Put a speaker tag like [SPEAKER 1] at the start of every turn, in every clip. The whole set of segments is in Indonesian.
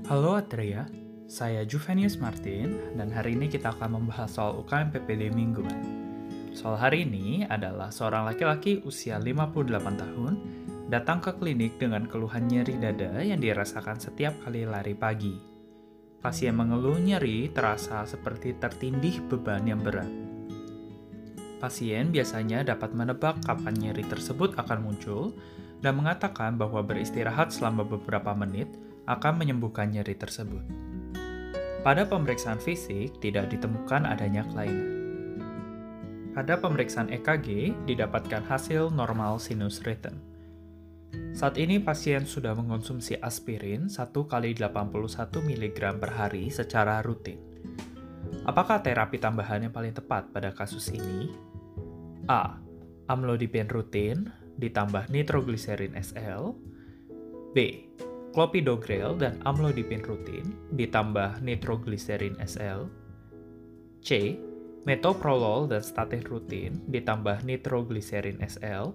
[SPEAKER 1] Halo Atria, saya Juvenius Martin dan hari ini kita akan membahas soal UKM PPD mingguan. Soal hari ini adalah seorang laki-laki usia 58 tahun datang ke klinik dengan keluhan nyeri dada yang dirasakan setiap kali lari pagi. Pasien mengeluh nyeri terasa seperti tertindih beban yang berat. Pasien biasanya dapat menebak kapan nyeri tersebut akan muncul dan mengatakan bahwa beristirahat selama beberapa menit akan menyembuhkan nyeri tersebut. Pada pemeriksaan fisik, tidak ditemukan adanya kelainan. Pada pemeriksaan EKG, didapatkan hasil normal sinus rhythm. Saat ini pasien sudah mengonsumsi aspirin 1 kali 81 mg per hari secara rutin. Apakah terapi tambahan yang paling tepat pada kasus ini? A. Amlodipin rutin ditambah nitrogliserin SL. B. Clopidogrel dan amlodipin rutin ditambah nitrogliserin SL. C. Metoprolol dan statin rutin ditambah nitrogliserin SL.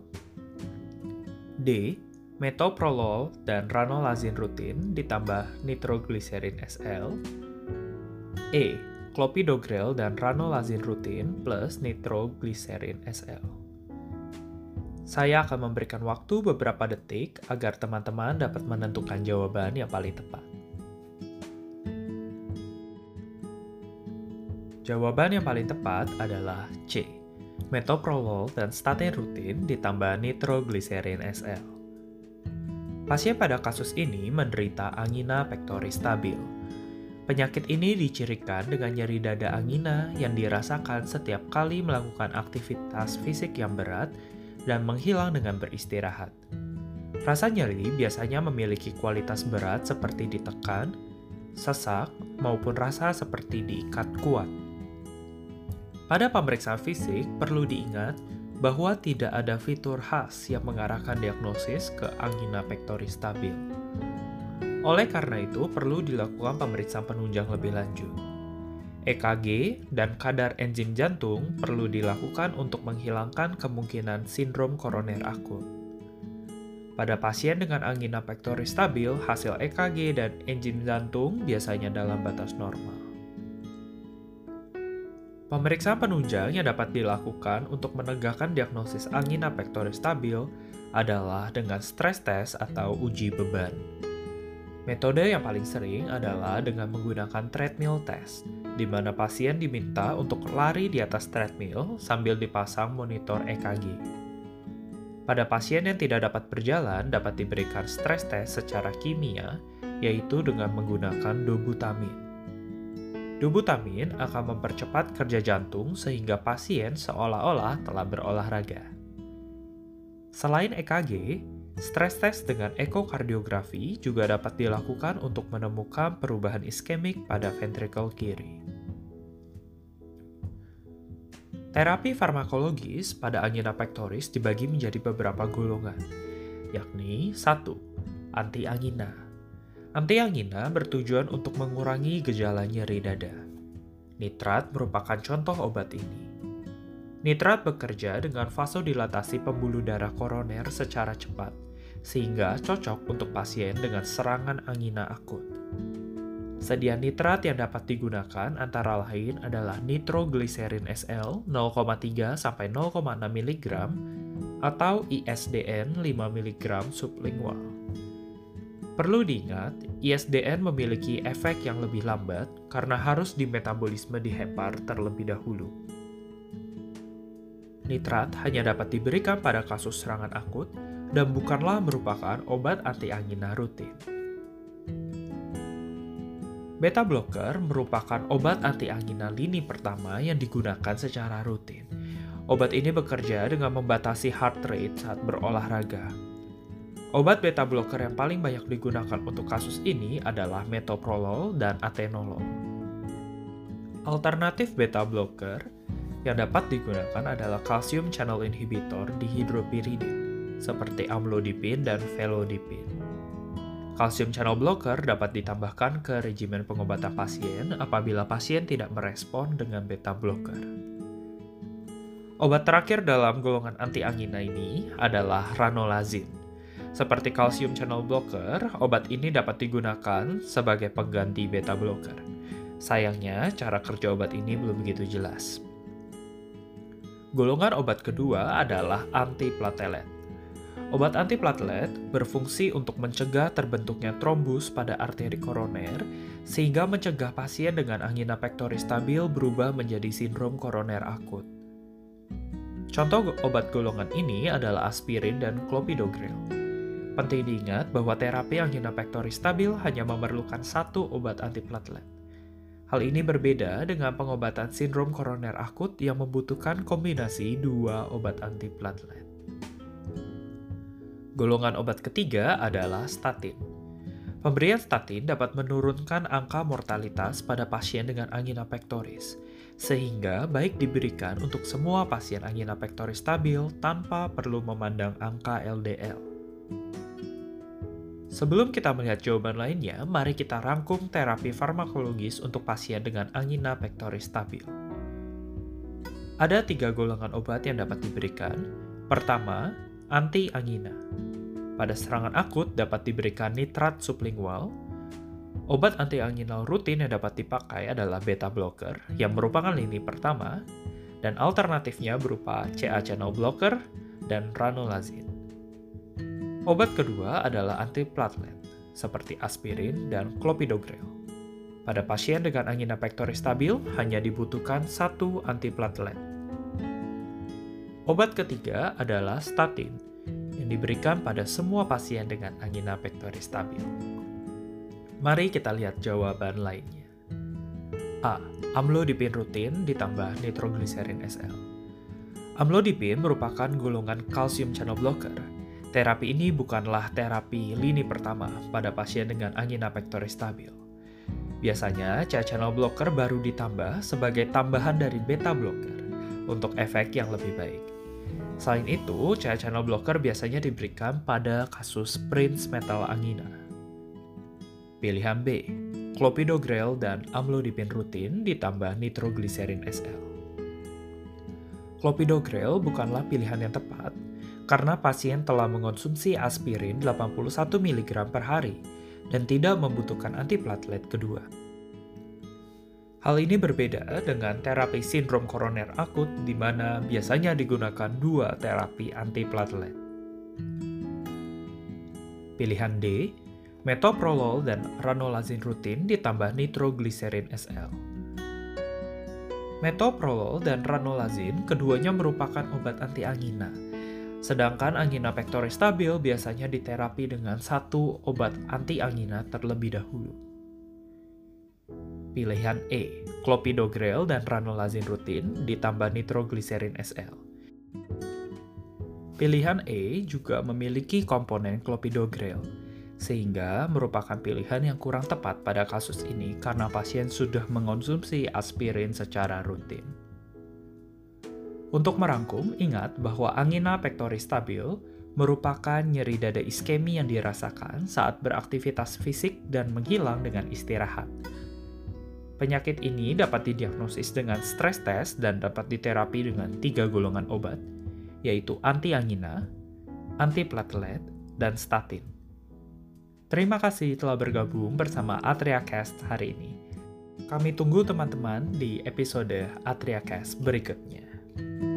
[SPEAKER 1] D. Metoprolol dan ranolazin rutin ditambah nitrogliserin SL. E. Clopidogrel dan ranolazin rutin plus nitrogliserin SL. Saya akan memberikan waktu beberapa detik agar teman-teman dapat menentukan jawaban yang paling tepat. Jawaban yang paling tepat adalah C. Metoprolol dan statin rutin ditambah nitrogliserin SL. Pasien pada kasus ini menderita angina pectoris stabil. Penyakit ini dicirikan dengan nyeri dada angina yang dirasakan setiap kali melakukan aktivitas fisik yang berat dan menghilang dengan beristirahat. Rasa nyeri biasanya memiliki kualitas berat seperti ditekan, sesak, maupun rasa seperti diikat kuat. Pada pemeriksaan fisik, perlu diingat bahwa tidak ada fitur khas yang mengarahkan diagnosis ke angina pectoris stabil. Oleh karena itu, perlu dilakukan pemeriksaan penunjang lebih lanjut. EKG dan kadar enzim jantung perlu dilakukan untuk menghilangkan kemungkinan sindrom koroner akut. Pada pasien dengan angina pectoris stabil, hasil EKG dan enzim jantung biasanya dalam batas normal. Pemeriksaan penunjang yang dapat dilakukan untuk menegakkan diagnosis angina pectoris stabil adalah dengan stres test atau uji beban. Metode yang paling sering adalah dengan menggunakan treadmill test, di mana pasien diminta untuk lari di atas treadmill sambil dipasang monitor EKG. Pada pasien yang tidak dapat berjalan, dapat diberikan stres test secara kimia, yaitu dengan menggunakan dobutamin. Dobutamin akan mempercepat kerja jantung sehingga pasien seolah-olah telah berolahraga. Selain EKG, stres test dengan ekokardiografi juga dapat dilakukan untuk menemukan perubahan iskemik pada ventrikel kiri. Terapi farmakologis pada angina pectoris dibagi menjadi beberapa golongan, yakni 1. Antiangina. Antiangina bertujuan untuk mengurangi gejala nyeri dada. Nitrat merupakan contoh obat ini. Nitrat bekerja dengan vasodilatasi pembuluh darah koroner secara cepat, sehingga cocok untuk pasien dengan serangan angina akut. Sediaan nitrat yang dapat digunakan antara lain adalah nitrogliserin SL 0,3 sampai 0,6 mg atau ISDN 5 mg sublingual. Perlu diingat, ISDN memiliki efek yang lebih lambat karena harus dimetabolisme di hepar terlebih dahulu. Nitrat hanya dapat diberikan pada kasus serangan akut dan bukanlah merupakan obat anti-angina rutin. Beta blocker merupakan obat anti-angina lini pertama yang digunakan secara rutin. Obat ini bekerja dengan membatasi heart rate saat berolahraga. Obat beta blocker yang paling banyak digunakan untuk kasus ini adalah metoprolol dan atenolol. Alternatif beta blocker yang dapat digunakan adalah calcium channel inhibitor dihidropyridin, seperti amlodipin dan felodipin. Calcium channel blocker dapat ditambahkan ke regimen pengobatan pasien apabila pasien tidak merespon dengan beta blocker. Obat terakhir dalam golongan antiangina ini adalah ranolazin. Seperti calcium channel blocker, obat ini dapat digunakan sebagai pengganti beta blocker. Sayangnya, cara kerja obat ini belum begitu jelas. Golongan obat kedua adalah antiplatelet. Obat antiplatelet berfungsi untuk mencegah terbentuknya trombus pada arteri koroner, sehingga mencegah pasien dengan angina pectoris stabil berubah menjadi sindrom koroner akut. Contoh obat golongan ini adalah aspirin dan clopidogrel. Penting diingat bahwa terapi angina pectoris stabil hanya memerlukan satu obat antiplatelet. Hal ini berbeda dengan pengobatan sindrom koroner akut yang membutuhkan kombinasi dua obat antiplatelet. Golongan obat ketiga adalah statin. Pemberian statin dapat menurunkan angka mortalitas pada pasien dengan angina pectoris, sehingga baik diberikan untuk semua pasien angina pectoris stabil tanpa perlu memandang angka LDL. Sebelum kita melihat jawaban lainnya, mari kita rangkum terapi farmakologis untuk pasien dengan angina pectoris stabil. Ada 3 golongan obat yang dapat diberikan. Pertama, anti-angina. Pada serangan akut dapat diberikan nitrat sublingual. Obat anti-anginal rutin yang dapat dipakai adalah beta blocker yang merupakan lini pertama, dan alternatifnya berupa CA channel blocker dan ranolazine. Obat kedua adalah antiplatelet, seperti aspirin dan clopidogrel. Pada pasien dengan angina pectoris stabil hanya dibutuhkan satu antiplatelet. Obat ketiga adalah statin, yang diberikan pada semua pasien dengan angina pectoris stabil. Mari kita lihat jawaban lainnya. A. Amlodipin rutin ditambah nitrogliserin SL. Amlodipin merupakan golongan calcium channel blocker. Terapi ini bukanlah terapi lini pertama pada pasien dengan angina pectoris stabil. Biasanya, CA channel blocker baru ditambah sebagai tambahan dari beta blocker untuk efek yang lebih baik. Selain itu, CA channel blocker biasanya diberikan pada kasus Prince metal angina. Pilihan B, clopidogrel dan amlodipin rutin ditambah nitrogliserin SL. Clopidogrel bukanlah pilihan yang tepat karena pasien telah mengonsumsi aspirin 81 mg per hari dan tidak membutuhkan antiplatelet kedua. Hal ini berbeda dengan terapi sindrom koroner akut di mana biasanya digunakan 2 terapi antiplatelet. Pilihan D, metoprolol dan ranolazine rutin ditambah nitrogliserin SL. Metoprolol dan ranolazine keduanya merupakan obat anti-angina, sedangkan angina pectoris stabil biasanya diterapi dengan satu obat anti-angina terlebih dahulu. Pilihan E, clopidogrel dan ranolazine rutin ditambah nitrogliserin SL. Pilihan E juga memiliki komponen clopidogrel, sehingga merupakan pilihan yang kurang tepat pada kasus ini karena pasien sudah mengonsumsi aspirin secara rutin. Untuk merangkum, ingat bahwa angina pectoris stabil merupakan nyeri dada iskemi yang dirasakan saat beraktivitas fisik dan menghilang dengan istirahat. Penyakit ini dapat didiagnosis dengan stres test dan dapat diterapi dengan 3 golongan obat, yaitu anti-angina, antiplatelet, dan statin. Terima kasih telah bergabung bersama AtriaCast hari ini. Kami tunggu teman-teman di episode AtriaCast berikutnya.